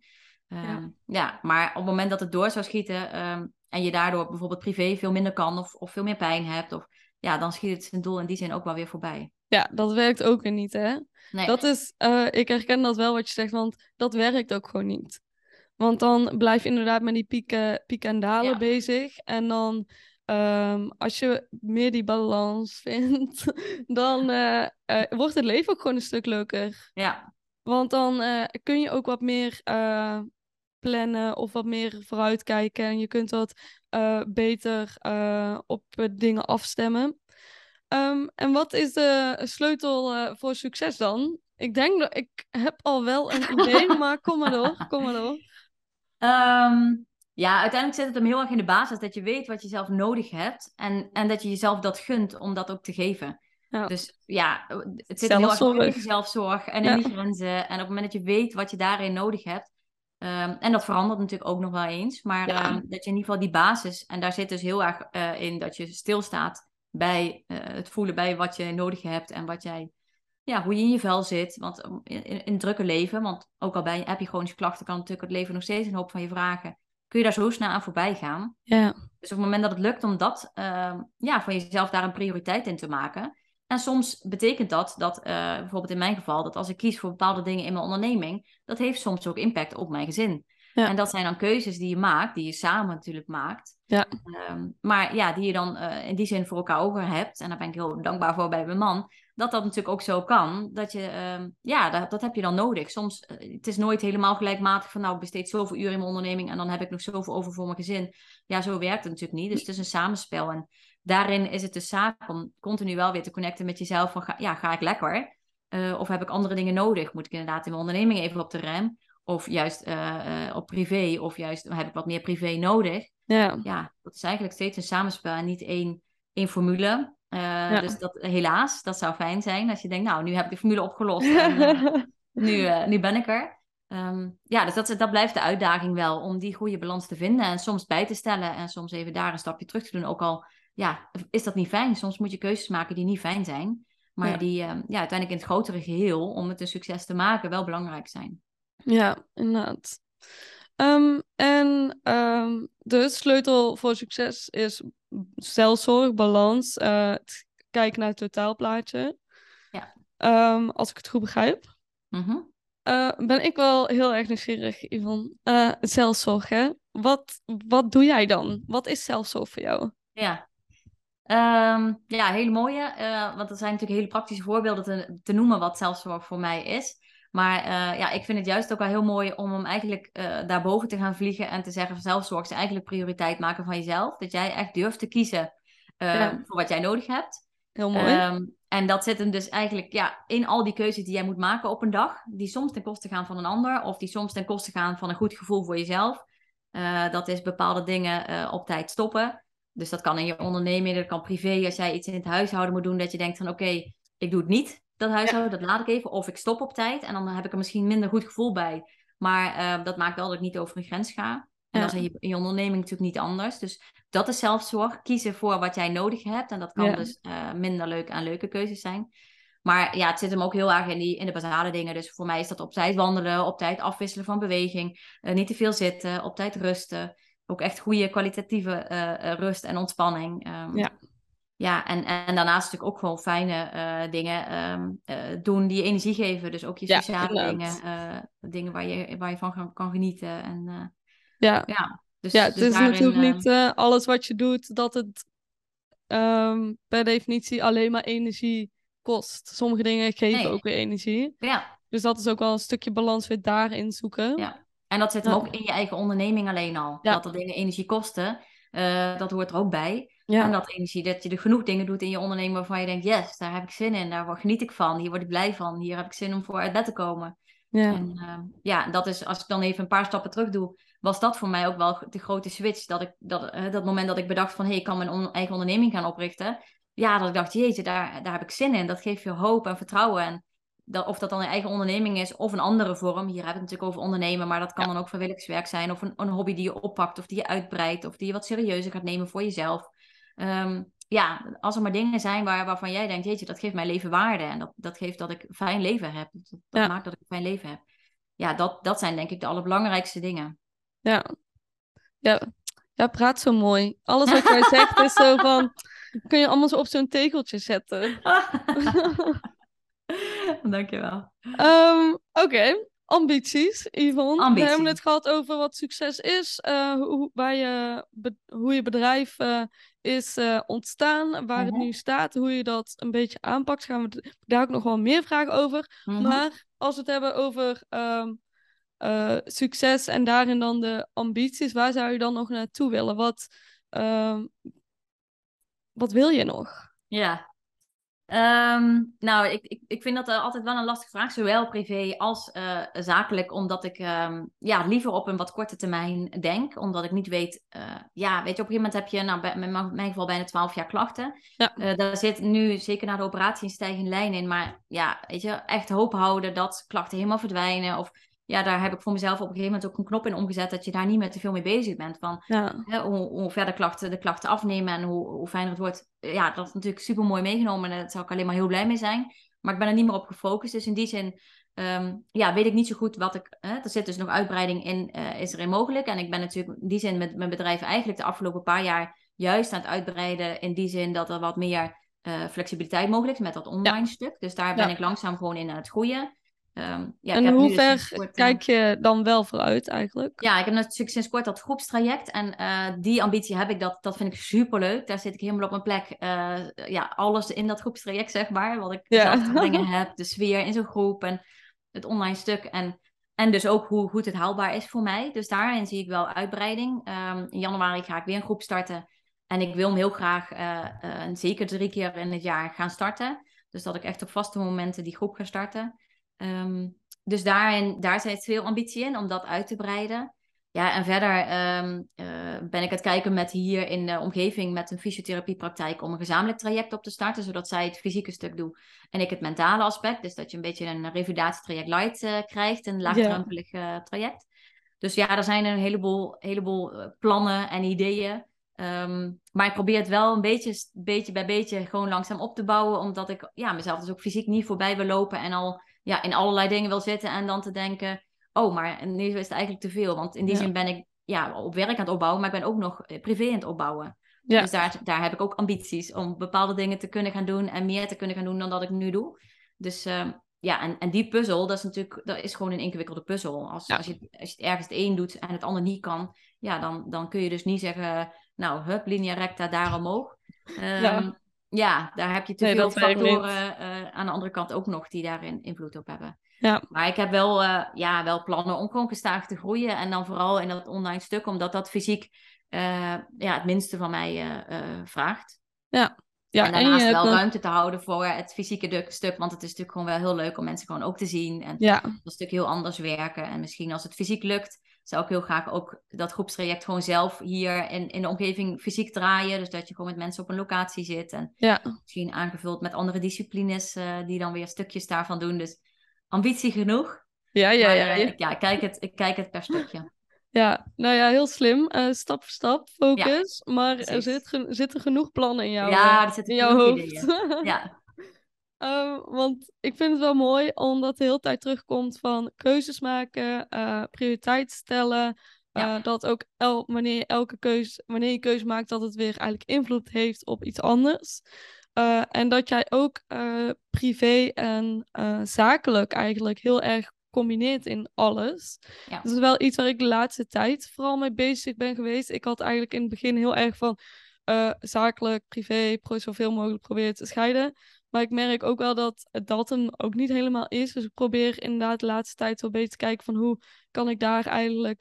Maar op het moment dat het door zou schieten en je daardoor bijvoorbeeld privé veel minder kan of veel meer pijn hebt, dan schiet het zijn doel in die zin ook wel weer voorbij. Ja, dat werkt ook weer niet, hè? Nee. Dat is, ik herken dat wel wat je zegt, want dat werkt ook gewoon niet. Want dan blijf je inderdaad met die pieken en dalen bezig. En dan, als je meer die balans vindt, dan wordt het leven ook gewoon een stuk leuker. Ja. Want dan kun je ook wat meer plannen of wat meer vooruitkijken. En je kunt wat beter op dingen afstemmen. En wat is de sleutel voor succes dan? Ik denk dat ik heb al wel een idee, maar kom maar door. Uiteindelijk zit het hem heel erg in de basis dat je weet wat je zelf nodig hebt en dat je jezelf dat gunt om dat ook te geven. Ja. Dus ja, het zit heel erg in die zelfzorg en in die grenzen. En op het moment dat je weet wat je daarin nodig hebt, en dat verandert natuurlijk ook nog wel eens, maar dat je in ieder geval die basis, en daar zit dus heel erg in dat je stilstaat bij het voelen bij wat je nodig hebt en wat jij, hoe je in je vel zit. Want in het drukke leven, want ook al heb je chronische klachten, kan natuurlijk het leven nog steeds een hoop van je vragen. Kun je daar zo snel aan voorbij gaan. Ja. Dus op het moment dat het lukt om dat, van jezelf daar een prioriteit in te maken. En soms betekent dat bijvoorbeeld in mijn geval, dat als ik kies voor bepaalde dingen in mijn onderneming, dat heeft soms ook impact op mijn gezin. Ja. En dat zijn dan keuzes die je maakt, die je samen natuurlijk maakt. Ja. Maar die je dan in die zin voor elkaar over hebt. En daar ben ik heel dankbaar voor bij mijn man. Dat natuurlijk ook zo kan. Dat je, dat heb je dan nodig. Soms, het is nooit helemaal gelijkmatig van nou, ik besteed zoveel uur in mijn onderneming en dan heb ik nog zoveel over voor mijn gezin. Ja, zo werkt het natuurlijk niet. Dus het is een samenspel. En daarin is het dus zaak om continu wel weer te connecten met jezelf. Van ga ik lekker? Of heb ik andere dingen nodig? Moet ik inderdaad in mijn onderneming even op de rem? Of juist op privé? Of juist heb ik wat meer privé nodig? Ja, dat is eigenlijk steeds een samenspel en niet één formule. Dus dat helaas, dat zou fijn zijn als je denkt, nou, nu heb ik de formule opgelost en nu ben ik er. Dus dat blijft de uitdaging wel, om die goede balans te vinden en soms bij te stellen en soms even daar een stapje terug te doen. Ook al is dat niet fijn. Soms moet je keuzes maken die niet fijn zijn, maar die uiteindelijk in het grotere geheel, om het een succes te maken, wel belangrijk zijn. Ja, inderdaad. De sleutel voor succes is zelfzorg, balans, kijken naar het totaalplaatje. Ja. Als ik het goed begrijp. Mm-hmm. Ben ik wel heel erg nieuwsgierig, Yvonne. Zelfzorg, hè? Wat doe jij dan? Wat is zelfzorg voor jou? Ja. Hele mooie. Want er zijn natuurlijk hele praktische voorbeelden te noemen wat zelfzorg voor mij is. Maar ja, ik vind het juist ook wel heel mooi om hem eigenlijk daarboven te gaan vliegen en te zeggen: zelfzorg is eigenlijk prioriteit maken van jezelf. Dat jij echt durft te kiezen Ja, voor wat jij nodig hebt. heel mooi. En dat zit hem dus eigenlijk in al die keuzes die jij moet maken op een dag, die soms ten koste gaan van een ander, of die soms ten koste gaan van een goed gevoel voor jezelf. Dat is bepaalde dingen op tijd stoppen. Dus dat kan in je onderneming, dat kan privé. Als jij iets in het huishouden moet doen, dat je denkt van oké, ik doe het niet, dat Ja, huishouden, dat laat ik even. Of ik stop op tijd en dan heb ik er misschien minder goed gevoel bij. Maar dat maakt wel dat ik niet over een grens ga. En dat is ja, in je onderneming natuurlijk niet anders. Dus dat is zelfzorg. Kiezen voor wat jij nodig hebt. En dat kan ja, dus minder leuk en leuke keuzes zijn. Maar ja, het zit hem ook heel erg in de basale dingen. Dus voor mij is dat op tijd wandelen, op tijd afwisselen van beweging. Niet te veel zitten, op tijd rusten. Ook echt goede kwalitatieve rust en ontspanning. ja, Ja, en daarnaast natuurlijk ook gewoon fijne dingen doen die je energie geven. Dus ook je ja, sociale dingen, inderdaad. dingen waar je van kan genieten. En Ja. ja, Ja, dus, het dus is daarin, natuurlijk niet alles wat je doet dat het per definitie alleen maar energie kost. Sommige dingen geven nee, ook weer energie. ja. Dus dat is ook wel een stukje balans weer daarin zoeken. Ja, en dat zit hem Ja, ook in je eigen onderneming alleen al. ja, Dat er dingen energie kosten, dat hoort er ook bij. En ja, dat energie, dat je er genoeg dingen doet in je onderneming waarvan je denkt, yes, daar heb ik zin in, geniet ik van, hier word ik blij van, hier heb ik zin om voor uit bed te komen. ja, En ja, dat is, als ik dan even een paar stappen terug doe, was dat voor mij ook wel de grote switch. Dat moment dat ik bedacht van, hé, ik kan mijn eigen onderneming gaan oprichten. Ja, dat ik dacht, jeetje, daar heb ik zin in. Dat geeft je hoop en vertrouwen. En of dat dan een eigen onderneming is of een andere vorm. Hier heb ik het natuurlijk over ondernemen, maar dat kan ja, dan ook vrijwilligerswerk zijn. Of een hobby die je oppakt of die je uitbreidt. Of die je wat serieuzer gaat nemen voor jezelf. Ja, als er maar dingen zijn waarvan jij denkt, jeetje, dat geeft mijn leven waarde. En dat geeft dat ik een fijn leven heb. Dat ja, maakt dat ik een fijn leven heb. Ja, dat zijn denk ik de allerbelangrijkste dingen. ja, ja. Ja, praat zo mooi. Alles wat jij zegt is zo van, kun je allemaal zo op zo'n tegeltje zetten. Dankjewel. Oké, ambities, Yvonne. We hebben Ambitie. het gehad over wat succes is, hoe je bedrijf is ontstaan, waar het nu Mhm. staat, hoe je dat een beetje aanpakt. Gaan we daar ook nog wel meer vragen over. Mhm. Maar als we het hebben over succes en daarin dan de ambities, waar zou je dan nog naartoe willen? Ehm, wat wil je nog? Ja. Nou, ik vind dat altijd wel een lastige vraag, zowel privé als zakelijk, omdat ik ja, liever op een wat korte termijn denk, omdat ik niet weet, ja, weet je, op een gegeven moment heb je, nou, in mijn geval bijna 12 jaar klachten. Ja, Daar zit nu, zeker na de operatie, een stijgende lijn in, maar ja, weet je, echt hoop houden dat klachten helemaal verdwijnen, of ja, daar heb ik voor mezelf op een gegeven moment ook een knop in omgezet, dat je daar niet meer te veel mee bezig bent, van ja, hoe verder de klachten afnemen en hoe fijner het wordt. Ja, dat is natuurlijk super mooi meegenomen en daar zou ik alleen maar heel blij mee zijn. Maar ik ben er niet meer op gefocust. Dus in die zin ja, weet ik niet zo goed wat ik. Er zit dus nog uitbreiding in, is erin mogelijk. En ik ben natuurlijk in die zin met mijn bedrijf eigenlijk de afgelopen paar jaar juist aan het uitbreiden. In die zin dat er wat meer flexibiliteit mogelijk is met dat ja, online stuk. Dus daar ben ja. ik langzaam gewoon in aan het groeien. Ja, ik En heb hoe nu dus sinds ver kort. kijk je dan wel vooruit eigenlijk? Ja, ik heb natuurlijk sinds kort dat groepstraject. En die ambitie heb ik, dat vind ik superleuk. Daar zit ik helemaal op mijn plek. Ja, alles in dat groepstraject, zeg maar. Wat ik Ja. zelf te brengen heb. De sfeer in zo'n groep en het online stuk. En dus ook hoe goed het haalbaar is voor mij. Dus daarin zie ik wel uitbreiding. In januari ga ik weer een groep starten. En ik wil hem heel graag zeker 3 keer in het jaar gaan starten. Dus dat ik echt op vaste momenten die groep ga starten. Dus daar zit veel ambitie in om dat uit te breiden. Ja, en verder ben ik aan het kijken met hier in de omgeving met een fysiotherapiepraktijk om een gezamenlijk traject op te starten, zodat zij het fysieke stuk doen en ik het mentale aspect. Dus dat je een beetje een revalidatietraject light krijgt, een Ja, laagdrempelig traject. Dus ja, er zijn een heleboel plannen en ideeën. Maar ik probeer het wel een beetje bij beetje gewoon langzaam op te bouwen, omdat ik ja, mezelf dus ook fysiek niet voorbij wil lopen en al ja, in allerlei dingen wil zitten en dan te denken, oh, maar nu is het eigenlijk te veel. Want in die ja, zin ben ik ja, op werk aan het opbouwen, maar ik ben ook nog privé aan het opbouwen. ja, Dus daar heb ik ook ambities om bepaalde dingen te kunnen gaan doen en meer te kunnen gaan doen dan dat ik nu doe. Dus ja, en die puzzel, dat is gewoon een ingewikkelde puzzel. ja, Als je het ergens het een doet en het ander niet kan, ja, dan kun je dus niet zeggen, nou, hup, linea recta daar omhoog. ja. Ja, daar heb je te Nee, veel dat werkt niet. factoren aan de andere kant ook nog die daarin invloed op hebben. Ja. Maar ik heb wel plannen om gewoon gestaag te groeien. En dan vooral in dat online stuk, omdat dat fysiek het minste van mij vraagt. Ja. Ja, En en je daarnaast hebt wel een... ruimte te houden voor het fysieke stuk. Want het is natuurlijk gewoon wel heel leuk om mensen gewoon ook te zien. En Ja. een stuk heel anders werken. En misschien als het fysiek lukt, zou ik heel graag ook dat groepstraject gewoon zelf hier in de omgeving fysiek draaien. Dus dat je gewoon met mensen op een locatie zit. En Ja. misschien aangevuld met andere disciplines die dan weer stukjes daarvan doen. Dus ambitie genoeg. Ja, ja, Maar ja. ik kijk het per stukje. Ja, nou ja, heel slim. Stap voor stap, Ja, focus. Maar er precies. zitten genoeg plannen Ja, er in zitten jouw genoeg hoofd. ideeën. Ja, Want ik vind het wel mooi, omdat de hele tijd terugkomt van keuzes maken, prioriteit stellen. ja, Dat ook wanneer je keuze maakt, dat het weer eigenlijk invloed heeft op iets anders. En dat jij ook privé en zakelijk eigenlijk heel erg combineert in alles. ja, Dat is wel iets waar ik de laatste tijd vooral mee bezig ben geweest. Ik had eigenlijk in het begin heel erg van zakelijk, privé, zoveel mogelijk proberen te scheiden. Maar ik merk ook wel dat dat hem ook niet helemaal is. Dus ik probeer inderdaad de laatste tijd wel een beetje te kijken van hoe kan ik daar eigenlijk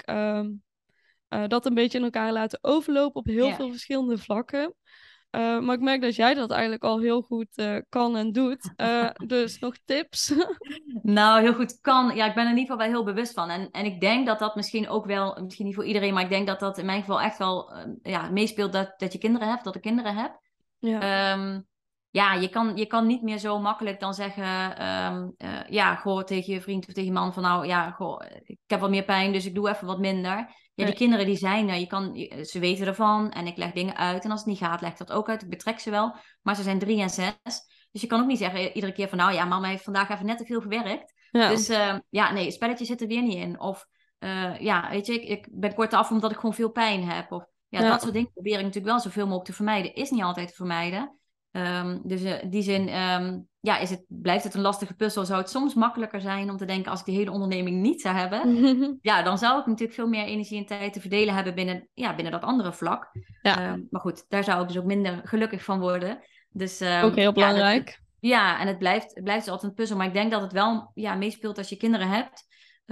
dat een beetje in elkaar laten overlopen op heel ja. veel verschillende vlakken. Maar ik merk dat jij dat eigenlijk al heel goed kan en doet. Dus nog tips? Nou, heel goed kan. Ja, ik ben er in ieder geval wel heel bewust van. En ik denk dat dat misschien ook wel, misschien niet voor iedereen, maar ik denk dat dat in mijn geval echt wel meespeelt dat je kinderen hebt, dat ik kinderen heb. Ja. Ehm, ja, je kan niet meer zo makkelijk dan zeggen, goh, tegen je vriend of tegen je man van nou, ja, goh, ik heb wat meer pijn, dus ik doe even wat minder. Ja, die Nee. kinderen die zijn er, ze weten ervan en ik leg dingen uit. En als het niet gaat, leg ik dat ook uit. Ik betrek ze wel, maar ze zijn 3 en 6. Dus je kan ook niet zeggen iedere keer van nou ja, mama heeft vandaag even net te veel gewerkt. Ja. Dus nee, het spelletje zit er weer niet in. Of weet je, ik ben kort af omdat ik gewoon veel pijn heb. Of ja, Ja. dat soort dingen probeer ik natuurlijk wel zoveel mogelijk te vermijden. Is niet altijd te vermijden. Dus in die zin blijft het een lastige puzzel. Zou het soms makkelijker zijn om te denken als ik die hele onderneming niet zou hebben. Ja, dan zou ik natuurlijk veel meer energie en tijd te verdelen hebben binnen dat andere vlak. Ja, Maar goed, daar zou ik dus ook minder gelukkig van worden. Dus ook heel belangrijk. en het blijft dus altijd een puzzel. Maar ik denk dat het wel meespeelt als je kinderen hebt.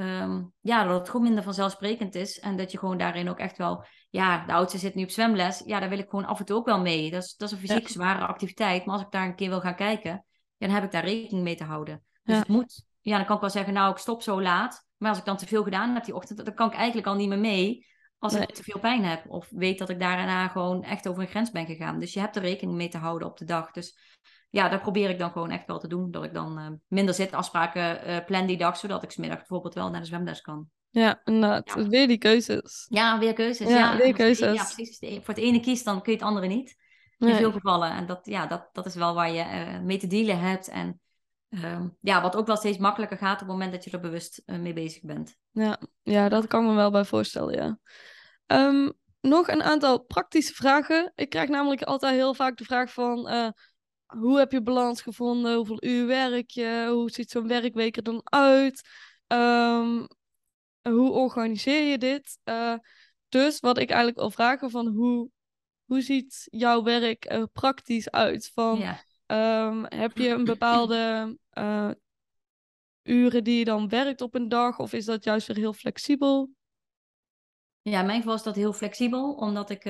Dat het gewoon minder vanzelfsprekend is. En dat je gewoon daarin ook echt wel... Ja, de oudste zit nu op zwemles. Ja, daar wil ik gewoon af en toe ook wel mee. Dat is een Ja. fysiek zware activiteit. Maar als ik daar een keer wil gaan kijken... Ja, dan heb ik daar rekening mee te houden. Dus Ja. het moet... Ja, dan kan ik wel zeggen... Nou, ik stop zo laat. Maar als ik dan te veel gedaan heb die ochtend... Dan kan ik eigenlijk al niet meer mee... Als Nee. ik te veel pijn heb. Of weet dat ik daarna gewoon echt over een grens ben gegaan. Dus je hebt er rekening mee te houden op de dag. Dus ja, dat probeer ik dan gewoon echt wel te doen. Dat ik dan minder zitafspraken plan die dag. Zodat ik 's middag bijvoorbeeld wel naar de zwemles kan. Ja, inderdaad. Ja, Weer die keuzes. ja weer keuzes. Ja, Ja, weer en ja, keuzes. precies. Als je voor het ene kiest, dan kun je het andere niet. In veel Nee. gevallen. En dat is wel waar je mee te dealen hebt. En wat ook wel steeds makkelijker gaat op het moment dat je er bewust mee bezig bent. Ja. Ja, dat kan me wel bij voorstellen, ja. Nog een aantal praktische vragen. Ik krijg namelijk altijd heel vaak de vraag van... hoe heb je balans gevonden? Hoeveel uur werk je? Hoe ziet zo'n werkweek er dan uit? Ehm, hoe organiseer je dit? Dus wat ik eigenlijk wil vragen van hoe ziet jouw werk er praktisch uit? Van, Ja. heb je een bepaalde uren die je dan werkt op een dag? Of is dat juist weer heel flexibel? Ja, in mijn geval is dat heel flexibel, omdat ik,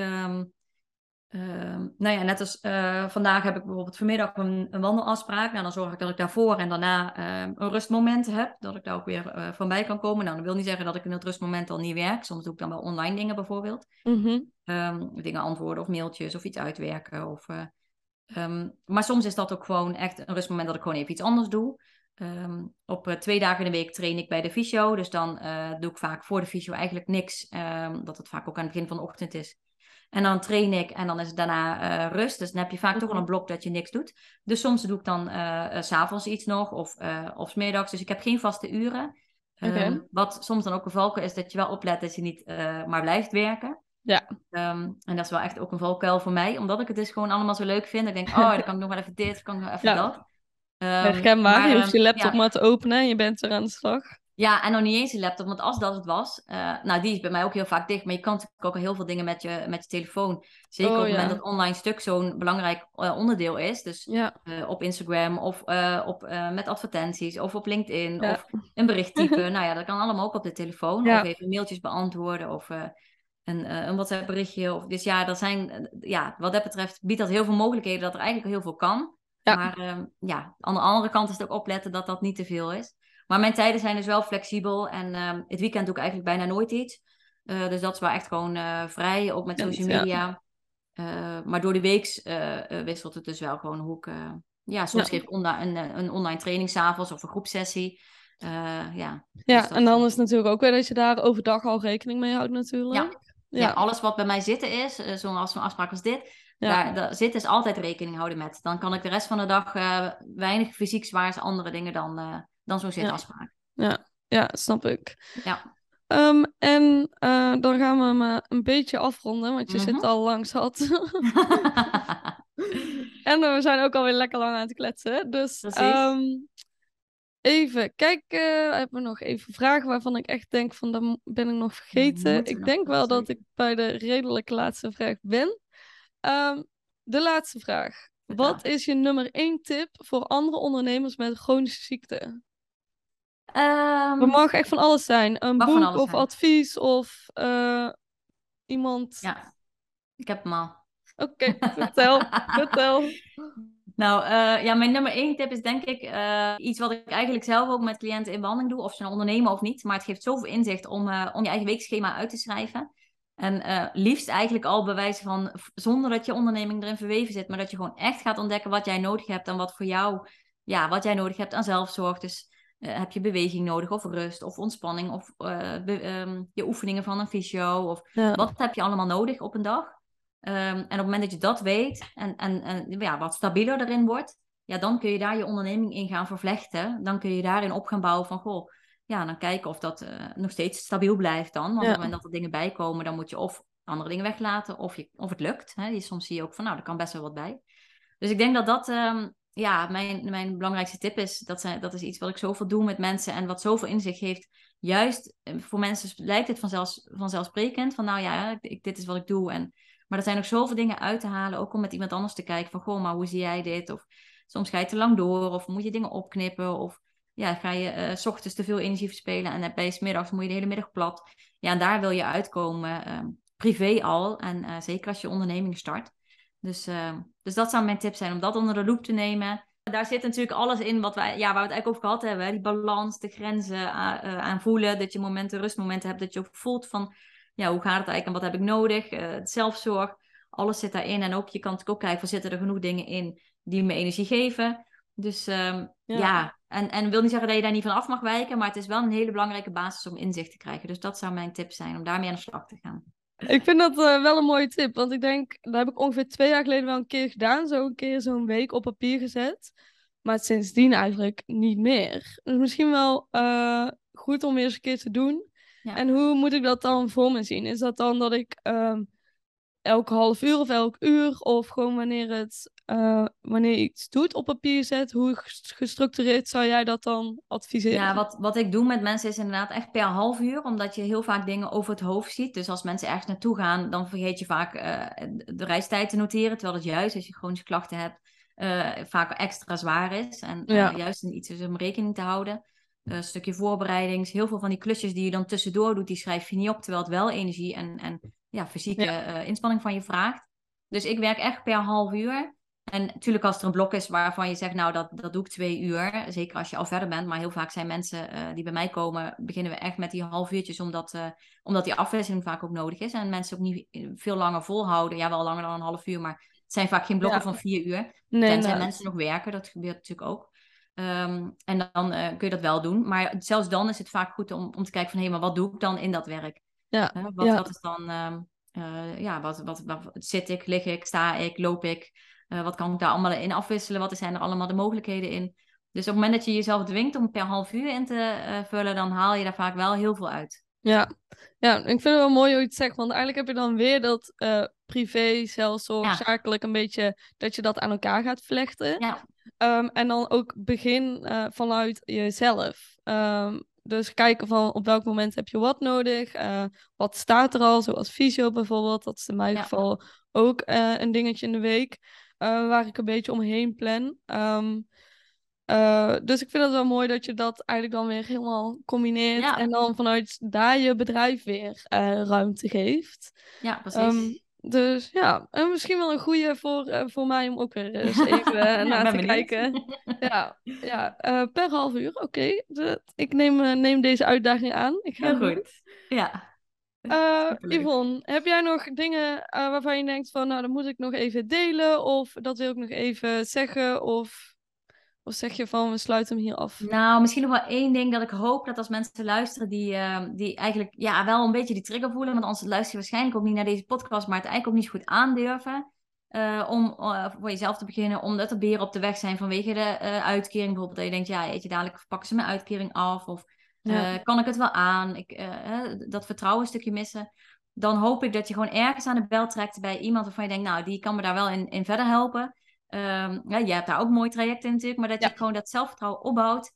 net als vandaag heb ik bijvoorbeeld vanmiddag een wandelafspraak. Nou, dan zorg ik dat ik daarvoor en daarna een rustmoment heb, dat ik daar ook weer van bij kan komen. Nou, dat wil niet zeggen dat ik in dat rustmoment al niet werk. Soms doe ik dan wel online dingen bijvoorbeeld. Mhm. Dingen antwoorden of mailtjes of iets uitwerken. Maar soms is dat ook gewoon echt een rustmoment dat ik gewoon even iets anders doe. Op 2 dagen in de week train ik bij de fysio. Dus dan doe ik vaak voor de fysio eigenlijk niks. Dat het vaak ook aan het begin van de ochtend is. En dan train ik en dan is het daarna rust. Dus dan heb je vaak toch wel een blok dat je niks doet. Dus soms doe ik dan 's avonds iets nog of 's middags. Dus ik heb geen vaste uren. Oké. Wat soms dan ook een valkuil is dat je wel oplet dat je niet maar blijft werken. Ja. En dat is wel echt ook een valkuil voor mij. Omdat ik het dus gewoon allemaal zo leuk vind. Ik denk, oh, dan kan ik nog wel even dit, dan kan ik nog even Ja, dat. herkenbaar. Je hoeft je laptop Ja, maar te openen en je bent er aan de slag. Ja, en nog niet eens een laptop, want als dat het was, nou die is bij mij ook heel vaak dicht, maar je kan natuurlijk ook al heel veel dingen met je telefoon. Zeker op het moment dat online stuk zo'n belangrijk onderdeel is. Dus op Instagram of met advertenties of op LinkedIn of een bericht typen. Nou ja, dat kan allemaal ook op de telefoon. Of even mailtjes beantwoorden of een WhatsApp berichtje. Dus ja, wat dat betreft biedt dat heel veel mogelijkheden dat er eigenlijk heel veel kan. Ja. Maar aan de andere kant is het ook opletten dat dat niet te veel is. Maar mijn tijden zijn dus wel flexibel. En het weekend doe ik eigenlijk bijna nooit iets. Dus dat is wel echt gewoon vrij, ook met social media. Maar door de week wisselt het dus wel gewoon hoe ik... soms geef ik een online training 's avonds of een groepsessie. Dus en dan is het natuurlijk ook weer dat je daar overdag al rekening mee houdt natuurlijk. Ja, alles wat bij mij zitten is, zoals een afspraak als dit... Daar zit is altijd rekening houden met. Dan kan ik de rest van de dag weinig fysiek zwaars andere dingen dan zo'n zitafspraak. Ja, snap ik. Ja. En dan gaan we hem een beetje afronden, want je zit al lang zat. En we zijn ook alweer lekker lang aan het kletsen. Dus even kijken. Hebben we nog even vragen waarvan ik echt denk van, dat ben ik nog vergeten. Ik denk wel dat ik bij de redelijk laatste vraag ben. De laatste vraag. Wat is je nummer 1 tip voor andere ondernemers met chronische ziekte? Het mag echt van alles zijn. Een boek of advies of iemand... Ja, ik heb hem al. Oké, vertel. Nou, mijn nummer 1 tip is denk ik iets wat ik eigenlijk zelf ook met cliënten in behandeling doe. Of ze nou ondernemen of niet. Maar het geeft zoveel inzicht om je eigen weekschema uit te schrijven. En liefst eigenlijk al bewijzen van, zonder dat je onderneming erin verweven zit. Maar dat je gewoon echt gaat ontdekken wat jij nodig hebt. En wat voor jou, wat jij nodig hebt aan zelfzorg. Dus heb je beweging nodig of rust of ontspanning. Of je oefeningen van een fysio. Of wat heb je allemaal nodig op een dag. En op het moment dat je dat weet en wat stabieler erin wordt, dan kun je daar je onderneming in gaan vervlechten. Dan kun je daarin op gaan bouwen van, dan kijken of dat nog steeds stabiel blijft dan. Want op het moment dat er dingen bij komen, dan moet je of andere dingen weglaten of het lukt. Hè. Soms zie je ook van, er kan best wel wat bij. Dus ik denk dat mijn belangrijkste tip is. Dat is iets wat ik zoveel doe met mensen en wat zoveel inzicht heeft. Juist voor mensen lijkt het vanzelfsprekend van, dit is wat ik doe. Maar er zijn nog zoveel dingen uit te halen, ook om met iemand anders te kijken van, maar hoe zie jij dit? Of soms ga je te lang door, of moet je dingen opknippen, of ga je 's ochtends te veel energie verspelen en bij 's middags moet je de hele middag plat. Ja, en daar wil je uitkomen, privé al, en zeker als je onderneming start. Dus dat zou mijn tip zijn, om dat onder de loep te nemen. Daar zit natuurlijk alles in waar we het eigenlijk over gehad hebben. Hè? Die balans, de grenzen aan voelen, dat je rustmomenten hebt, dat je ook voelt van, hoe gaat het eigenlijk en wat heb ik nodig? Zelfzorg, alles zit daarin. En ook, je kan natuurlijk ook kijken, zitten er genoeg dingen in die me energie geven? Dus en wil niet zeggen dat je daar niet van af mag wijken, maar het is wel een hele belangrijke basis om inzicht te krijgen. Dus dat zou mijn tip zijn, om daarmee aan de slag te gaan. Ik vind dat wel een mooie tip, want ik denk, dat heb ik ongeveer 2 jaar geleden wel een keer gedaan. Een keer zo'n week op papier gezet. Maar sindsdien eigenlijk niet meer. Dus misschien wel goed om weer eens een keer te doen. Ja. En hoe moet ik dat dan voor me zien? Is dat dan dat ik elke half uur of elk uur, of gewoon wanneer je iets doet op papier zet? Hoe gestructureerd zou jij dat dan adviseren? Ja, wat ik doe met mensen is inderdaad echt per half uur, omdat je heel vaak dingen over het hoofd ziet. Dus als mensen ergens naartoe gaan, dan vergeet je vaak de reistijd te noteren, terwijl het juist, als je chronische klachten hebt, vaak extra zwaar is. En juist iets is om rekening te houden. Een stukje voorbereiding, heel veel van die klusjes die je dan tussendoor doet, die schrijf je niet op, terwijl het wel energie en fysieke inspanning van je vraagt. Dus ik werk echt per half uur. En natuurlijk als er een blok is waarvan je zegt, nou dat doe ik 2 uur, zeker als je al verder bent, maar heel vaak zijn mensen die bij mij komen, beginnen we echt met die half uurtjes, omdat die afwisseling vaak ook nodig is en mensen ook niet veel langer volhouden, wel langer dan een half uur, maar het zijn vaak geen blokken van 4 uur, tenzij mensen nog werken, dat gebeurt natuurlijk ook. En dan kun je dat wel doen, maar zelfs dan is het vaak goed om te kijken van, maar wat doe ik dan in dat werk? Wat is dan, wat zit ik, lig ik, sta ik, loop ik? Wat kan ik daar allemaal in afwisselen? Wat zijn er allemaal de mogelijkheden in? Dus op het moment dat je jezelf dwingt om per half uur in te vullen, dan haal je daar vaak wel heel veel uit. Ja, ik vind het wel mooi hoe je het zegt, want eigenlijk heb je dan weer dat privé, zelfzorg, zakelijk een beetje, dat je dat aan elkaar gaat vlechten. Ja. En dan ook begin vanuit jezelf. Dus kijken van op welk moment heb je wat nodig. Wat staat er al, zoals fysio bijvoorbeeld. Dat is in mijn geval ook een dingetje in de week. Waar ik een beetje omheen plan. Dus ik vind het wel mooi dat je dat eigenlijk dan weer helemaal combineert. Ja. En dan vanuit daar je bedrijf weer ruimte geeft. Ja, precies. Dus ja, en misschien wel een goede voor mij om ook weer eens even naar te kijken. Ja, per half uur, oké. Ik neem deze uitdaging aan. Ik ga heel goed, ja. Yvonne, heb jij nog dingen waarvan je denkt van, nou, dat moet ik nog even delen, of dat wil ik nog even zeggen, of zeg je van, we sluiten hem hier af? Nou, misschien nog wel één ding dat ik hoop dat als mensen luisteren die eigenlijk wel een beetje die trigger voelen, want anders luister je waarschijnlijk ook niet naar deze podcast, maar het eigenlijk ook niet zo goed aandurven om voor jezelf te beginnen, omdat er beren op de weg zijn vanwege de uitkering. Bijvoorbeeld dat je denkt, ja, eet je dadelijk pakken ze mijn uitkering af, of kan ik het wel aan? Dat vertrouwen een stukje missen. Dan hoop ik dat je gewoon ergens aan de bel trekt bij iemand waarvan je denkt, nou, die kan me daar wel in verder helpen. Je hebt daar ook een mooi traject in natuurlijk, maar dat je gewoon dat zelfvertrouwen opbouwt.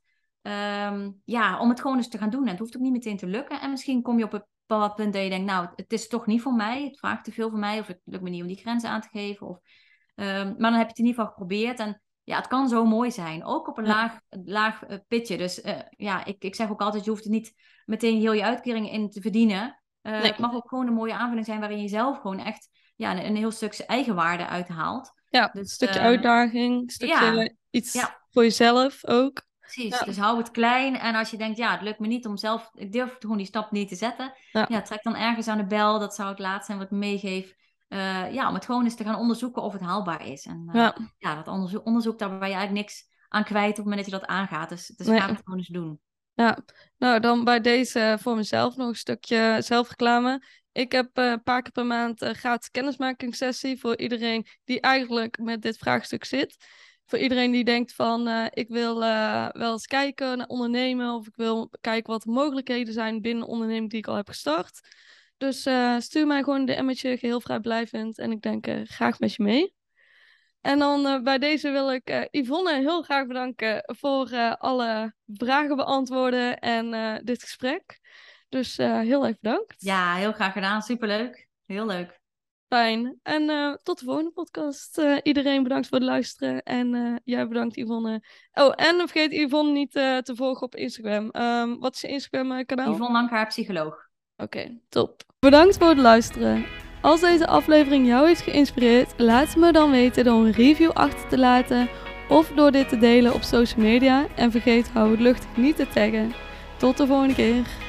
Om het gewoon eens te gaan doen. En het hoeft ook niet meteen te lukken. En misschien kom je op een bepaald punt dat je denkt, nou, het is toch niet voor mij. Het vraagt te veel van mij. Of het lukt me niet om die grenzen aan te geven. Maar dan heb je het in ieder geval geprobeerd. En ja, het kan zo mooi zijn. Ook op een laag pitje. Dus ik zeg ook altijd, je hoeft er niet meteen heel je uitkering in te verdienen. Het mag ook gewoon een mooie aanvulling zijn waarin je zelf gewoon echt een heel stuk eigenwaarde uithaalt. Ja, dus, een stukje uitdaging, een stukje iets voor jezelf ook. Precies, dus hou het klein. En als je denkt, het lukt me niet om zelf, ik durf gewoon die stap niet te zetten. Trek dan ergens aan de bel. Dat zou het laatste zijn wat ik meegeef. Om het gewoon eens te gaan onderzoeken of het haalbaar is. En dat onderzoek, daar ben je eigenlijk niks aan kwijt op het moment dat je dat aangaat. Dus ga het gewoon eens doen. Ja, nou dan bij deze voor mezelf nog een stukje zelfreclame. Ik heb een paar keer per maand een gratis kennismakingssessie voor iedereen die eigenlijk met dit vraagstuk zit. Voor iedereen die denkt van ik wil wel eens kijken naar ondernemen, of ik wil kijken wat de mogelijkheden zijn binnen de onderneming die ik al heb gestart. Dus stuur mij gewoon een DM'tje, geheel vrijblijvend, en ik denk graag met je mee. En dan bij deze wil ik Yvonne heel graag bedanken voor alle vragen beantwoorden en dit gesprek. Dus heel erg bedankt. Ja, heel graag gedaan. Superleuk. Heel leuk. Fijn. En tot de volgende podcast. Iedereen bedankt voor het luisteren. En jij bedankt, Yvonne. Oh, en vergeet Yvonne niet te volgen op Instagram. Wat is je Instagram-kanaal? Yvonne Lankaar, psycholoog. Oké, top. Bedankt voor het luisteren. Als deze aflevering jou heeft geïnspireerd, laat het me dan weten door een review achter te laten of door dit te delen op social media. En vergeet Hou het Luchtig niet te taggen. Tot de volgende keer.